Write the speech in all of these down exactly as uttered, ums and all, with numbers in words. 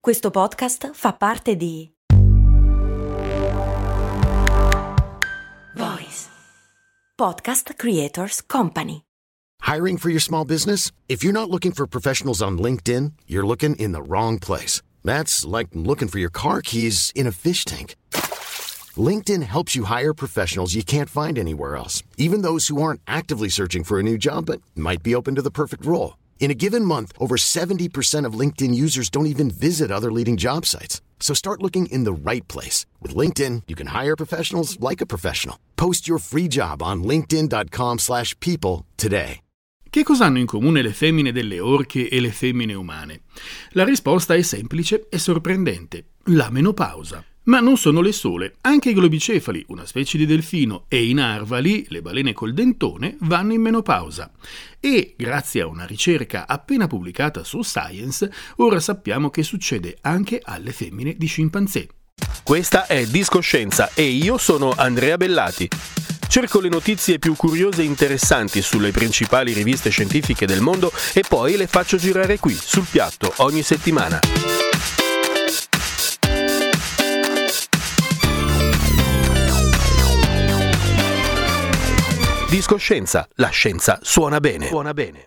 Questo podcast fa parte di Voice Podcast Creators Company. Hiring for your small business? If you're not looking for professionals on LinkedIn, you're looking in the wrong place. That's like looking for your car keys in a fish tank. LinkedIn helps you hire professionals you can't find anywhere else, even those who aren't actively searching for a new job but might be open to the perfect role. In a given month, over seventy percent of LinkedIn users don't even visit other leading job sites. So start looking in the right place. With LinkedIn, you can hire professionals like a professional. Post your free job on linkedin.com slash people today. Che cosa hanno in comune le femmine delle orche e le femmine umane? La risposta è semplice e sorprendente: la menopausa. Ma non sono le sole, anche i globicefali, una specie di delfino, e i narvali, le balene col dentone, vanno in menopausa. E, grazie a una ricerca appena pubblicata su Science, ora sappiamo che succede anche alle femmine di scimpanzé. Questa è Discoscienza e io sono Andrea Bellati. Cerco le notizie più curiose e interessanti sulle principali riviste scientifiche del mondo e poi le faccio girare qui, sul piatto, ogni settimana. Discoscienza, la scienza suona bene. Suona bene.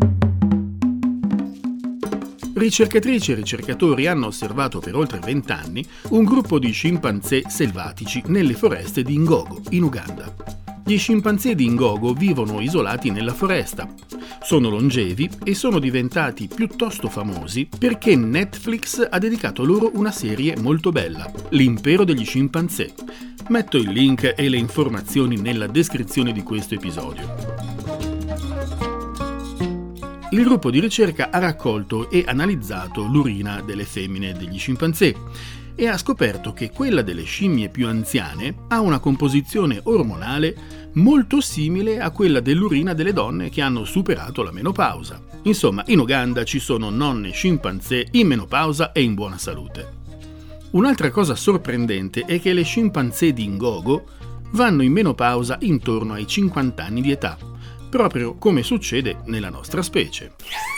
Ricercatrici e ricercatori hanno osservato per oltre vent'anni un gruppo di scimpanzé selvatici nelle foreste di Ngogo, in Uganda. Gli scimpanzé di Ngogo vivono isolati nella foresta. Sono longevi e sono diventati piuttosto famosi perché Netflix ha dedicato loro una serie molto bella, L'impero degli scimpanzé. Metto il link e le informazioni nella descrizione di questo episodio. Il gruppo di ricerca ha raccolto e analizzato l'urina delle femmine degli scimpanzé e ha scoperto che quella delle scimmie più anziane ha una composizione ormonale molto simile a quella dell'urina delle donne che hanno superato la menopausa. Insomma, in Uganda ci sono nonne scimpanzé in menopausa e in buona salute. Un'altra cosa sorprendente è che le scimpanzé di Ngogo vanno in menopausa intorno ai cinquanta anni di età, proprio come succede nella nostra specie.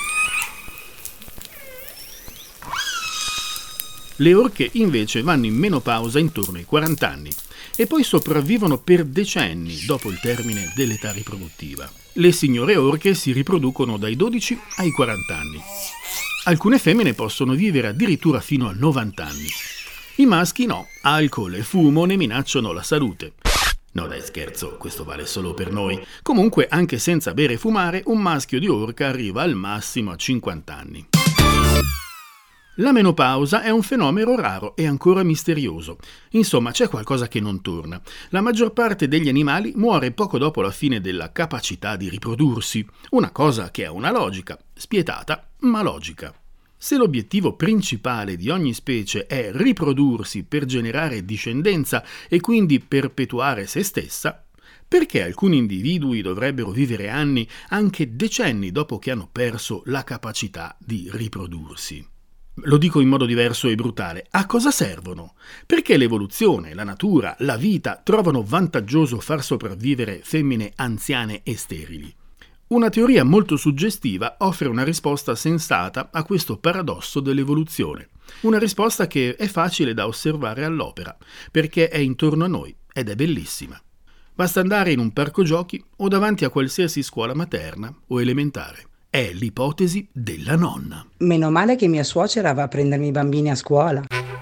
Le orche invece vanno in menopausa intorno ai quaranta anni e poi sopravvivono per decenni dopo il termine dell'età riproduttiva. Le signore orche si riproducono dai dodici ai quaranta anni. Alcune femmine possono vivere addirittura fino a novanta anni. I maschi no, alcol e fumo ne minacciano la salute. No dai, scherzo, questo vale solo per noi. Comunque, anche senza bere e fumare, un maschio di orca arriva al massimo a cinquanta anni. La menopausa è un fenomeno raro e ancora misterioso. Insomma, c'è qualcosa che non torna. La maggior parte degli animali muore poco dopo la fine della capacità di riprodursi, una cosa che ha una logica, spietata, ma logica. Se l'obiettivo principale di ogni specie è riprodursi per generare discendenza e quindi perpetuare se stessa, perché alcuni individui dovrebbero vivere anni, anche decenni dopo che hanno perso la capacità di riprodursi? Lo dico in modo diverso e brutale. A cosa servono? Perché l'evoluzione, la natura, la vita trovano vantaggioso far sopravvivere femmine anziane e sterili? Una teoria molto suggestiva offre una risposta sensata a questo paradosso dell'evoluzione. Una risposta che è facile da osservare all'opera, perché è intorno a noi ed è bellissima. Basta andare in un parco giochi o davanti a qualsiasi scuola materna o elementare. È l'ipotesi della nonna. Meno male che mia suocera va a prendermi i bambini a scuola.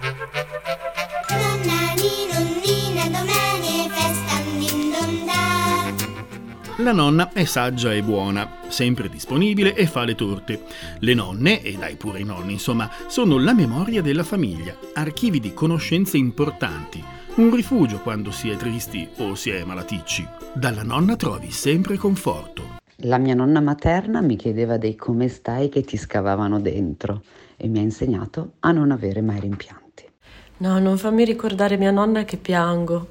La nonna è saggia e buona, sempre disponibile e fa le torte. Le nonne, e dai pure i nonni, insomma, sono la memoria della famiglia, archivi di conoscenze importanti, un rifugio quando si è tristi o si è malaticci. Dalla nonna trovi sempre conforto. La mia nonna materna mi chiedeva dei come stai che ti scavavano dentro e mi ha insegnato a non avere mai rimpianti. No, non fammi ricordare mia nonna che piango.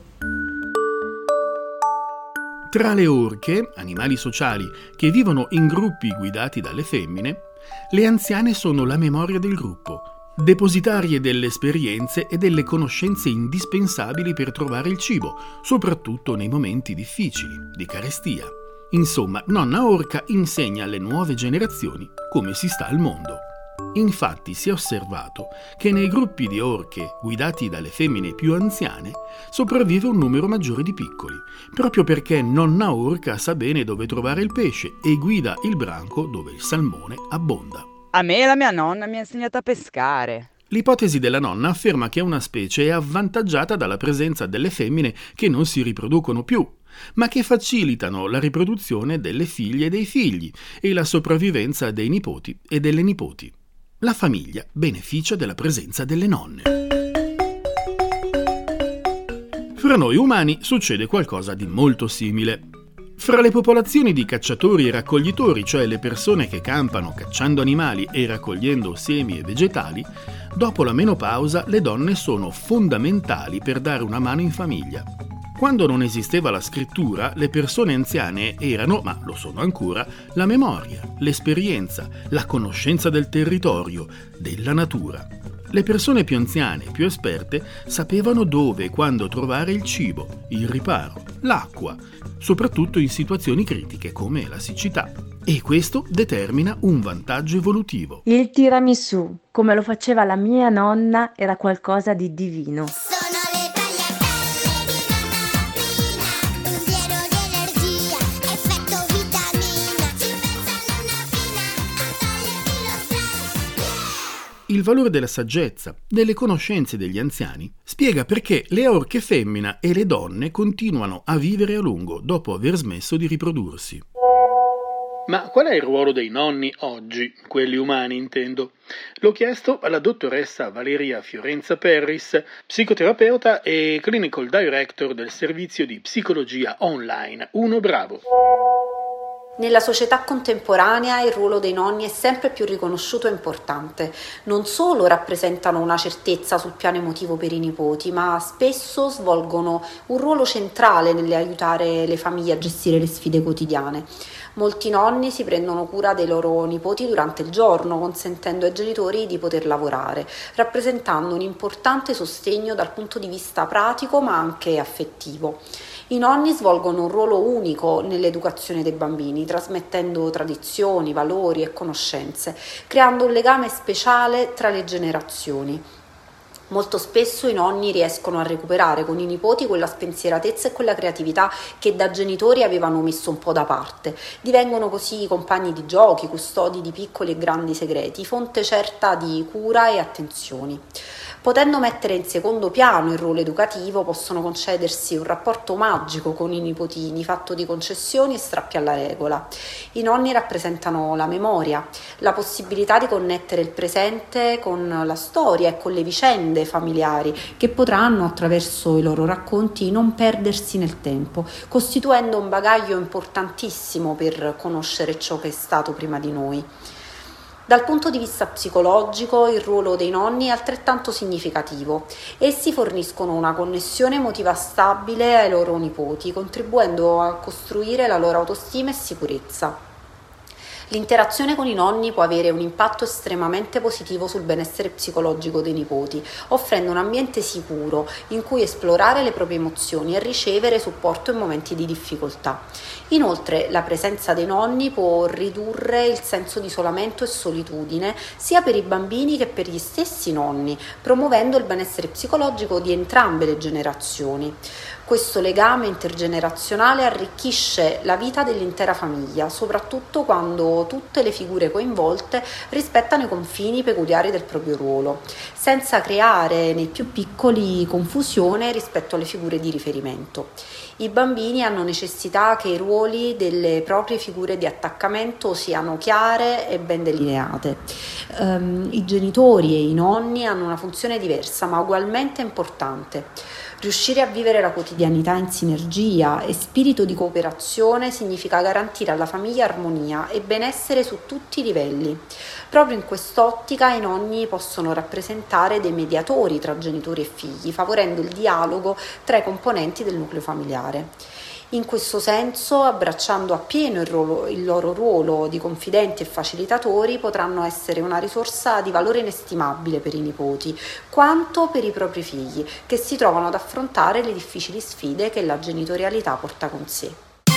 Tra le orche, animali sociali che vivono in gruppi guidati dalle femmine, le anziane sono la memoria del gruppo, depositarie delle esperienze e delle conoscenze indispensabili per trovare il cibo, soprattutto nei momenti difficili, di carestia. Insomma, nonna orca insegna alle nuove generazioni come si sta al mondo. Infatti si è osservato che nei gruppi di orche guidati dalle femmine più anziane sopravvive un numero maggiore di piccoli, proprio perché nonna orca sa bene dove trovare il pesce e guida il branco dove il salmone abbonda. A me la mia nonna mi ha insegnato a pescare. L'ipotesi della nonna afferma che una specie è avvantaggiata dalla presenza delle femmine che non si riproducono più, ma che facilitano la riproduzione delle figlie e dei figli e la sopravvivenza dei nipoti e delle nipoti. La famiglia beneficia della presenza delle nonne. Fra noi umani succede qualcosa di molto simile. Fra le popolazioni di cacciatori e raccoglitori, cioè le persone che campano cacciando animali e raccogliendo semi e vegetali, dopo la menopausa le donne sono fondamentali per dare una mano in famiglia. Quando non esisteva la scrittura, le persone anziane erano, ma lo sono ancora, la memoria, l'esperienza, la conoscenza del territorio, della natura. Le persone più anziane e più esperte sapevano dove e quando trovare il cibo, il riparo, l'acqua, soprattutto in situazioni critiche come la siccità. E questo determina un vantaggio evolutivo. Il tiramisù, come lo faceva la mia nonna, era qualcosa di divino. Il valore della saggezza, delle conoscenze degli anziani, spiega perché le orche femmina e le donne continuano a vivere a lungo dopo aver smesso di riprodursi. Ma qual è il ruolo dei nonni oggi, quelli umani intendo? L'ho chiesto alla dottoressa Valeria Fiorenza Perris, psicoterapeuta e clinical director del servizio di psicologia online Uno Bravo. Nella società contemporanea il ruolo dei nonni è sempre più riconosciuto e importante. Non solo rappresentano una certezza sul piano emotivo per i nipoti, ma spesso svolgono un ruolo centrale nell'aiutare le famiglie a gestire le sfide quotidiane. Molti nonni si prendono cura dei loro nipoti durante il giorno, consentendo ai genitori di poter lavorare, rappresentando un importante sostegno dal punto di vista pratico ma anche affettivo. I nonni svolgono un ruolo unico nell'educazione dei bambini, trasmettendo tradizioni, valori e conoscenze, creando un legame speciale tra le generazioni. Molto spesso i nonni riescono a recuperare con i nipoti quella spensieratezza e quella creatività che da genitori avevano messo un po' da parte. Divengono così compagni di giochi, custodi di piccoli e grandi segreti, fonte certa di cura e attenzioni. Potendo mettere in secondo piano il ruolo educativo, possono concedersi un rapporto magico con i nipotini, fatto di concessioni e strappi alla regola. I nonni rappresentano la memoria, la possibilità di connettere il presente con la storia e con le vicende familiari, che potranno, attraverso i loro racconti, non perdersi nel tempo, costituendo un bagaglio importantissimo per conoscere ciò che è stato prima di noi. Dal punto di vista psicologico, il ruolo dei nonni è altrettanto significativo. Essi forniscono una connessione emotiva stabile ai loro nipoti, contribuendo a costruire la loro autostima e sicurezza. L'interazione con i nonni può avere un impatto estremamente positivo sul benessere psicologico dei nipoti, offrendo un ambiente sicuro in cui esplorare le proprie emozioni e ricevere supporto in momenti di difficoltà. Inoltre, la presenza dei nonni può ridurre il senso di isolamento e solitudine sia per i bambini che per gli stessi nonni, promuovendo il benessere psicologico di entrambe le generazioni. Questo legame intergenerazionale arricchisce la vita dell'intera famiglia, soprattutto quando tutte le figure coinvolte rispettano i confini peculiari del proprio ruolo, senza creare nei più piccoli confusione rispetto alle figure di riferimento. I bambini hanno necessità che i ruoli delle proprie figure di attaccamento siano chiare e ben delineate. Um, I genitori e i nonni hanno una funzione diversa ma ugualmente importante. Riuscire a vivere la quotidianità in sinergia e spirito di cooperazione significa garantire alla famiglia armonia e benessere su tutti i livelli. Proprio in quest'ottica i nonni possono rappresentare dei mediatori tra genitori e figli, favorendo il dialogo tra i componenti del nucleo familiare. In questo senso, abbracciando appieno il, ruolo, il loro ruolo di confidenti e facilitatori, potranno essere una risorsa di valore inestimabile per i nipoti, quanto per i propri figli, che si trovano ad affrontare le difficili sfide che la genitorialità porta con sé.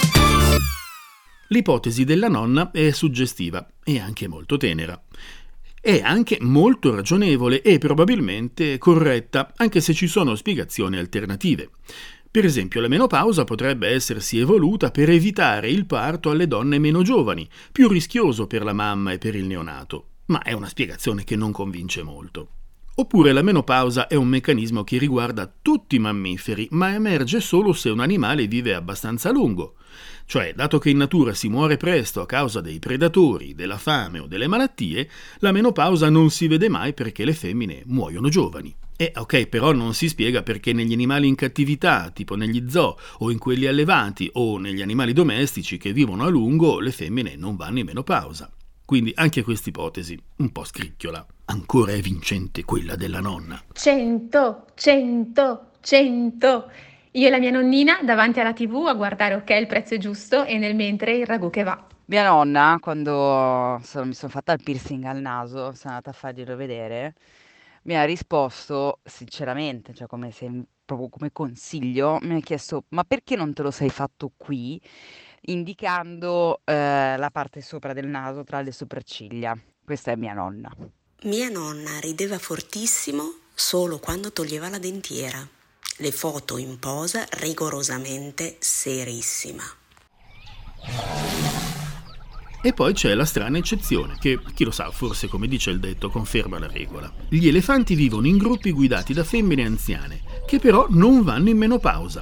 L'ipotesi della nonna è suggestiva e anche molto tenera. È anche molto ragionevole e probabilmente corretta, anche se ci sono spiegazioni alternative. Per esempio, la menopausa potrebbe essersi evoluta per evitare il parto alle donne meno giovani, più rischioso per la mamma e per il neonato, ma è una spiegazione che non convince molto. Oppure la menopausa è un meccanismo che riguarda tutti i mammiferi, ma emerge solo se un animale vive abbastanza a lungo. Cioè, dato che in natura si muore presto a causa dei predatori, della fame o delle malattie, la menopausa non si vede mai perché le femmine muoiono giovani. E ok, però non si spiega perché negli animali in cattività, tipo negli zoo, o in quelli allevati, o negli animali domestici che vivono a lungo, le femmine non vanno in menopausa. Quindi anche questa ipotesi un po' scricchiola. Ancora è vincente quella della nonna. Cento, cento, cento. Io e la mia nonnina davanti alla tivù a guardare ok il prezzo è giusto e nel mentre il ragù che va. Mia nonna, quando sono- mi sono fatta il piercing al naso, sono andata a farglielo vedere, mi ha risposto sinceramente, cioè come se proprio come consiglio, mi ha chiesto: ma perché non te lo sei fatto qui? Indicando eh, la parte sopra del naso tra le sopracciglia. Questa è mia nonna. Mia nonna rideva fortissimo solo quando toglieva la dentiera. Le foto in posa rigorosamente serissima. E poi c'è la strana eccezione, che, chi lo sa, forse come dice il detto, conferma la regola. Gli elefanti vivono in gruppi guidati da femmine anziane, che però non vanno in menopausa.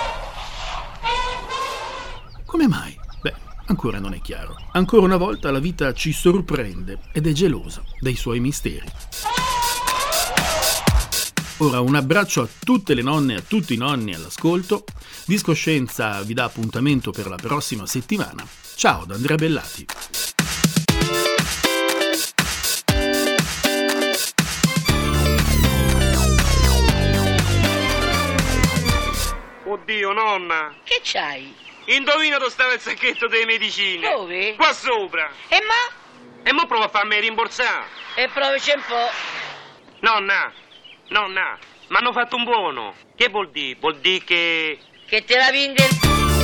Come mai? Beh, ancora non è chiaro. Ancora una volta la vita ci sorprende ed è gelosa dei suoi misteri. Ora un abbraccio a tutte le nonne e a tutti i nonni all'ascolto. Discoscienza vi dà appuntamento per la prossima settimana. Ciao da Andrea Bellati. Oddio, nonna! Che c'hai? Indovina dove stava il sacchetto delle medicine? Dove? Qua sopra! E ma? E mo prova a farmi rimborsare! E provici un po'. Nonna! Nonna! Mi hanno fatto un buono! Che vuol dire? Vuol dire che... Che te la vende il...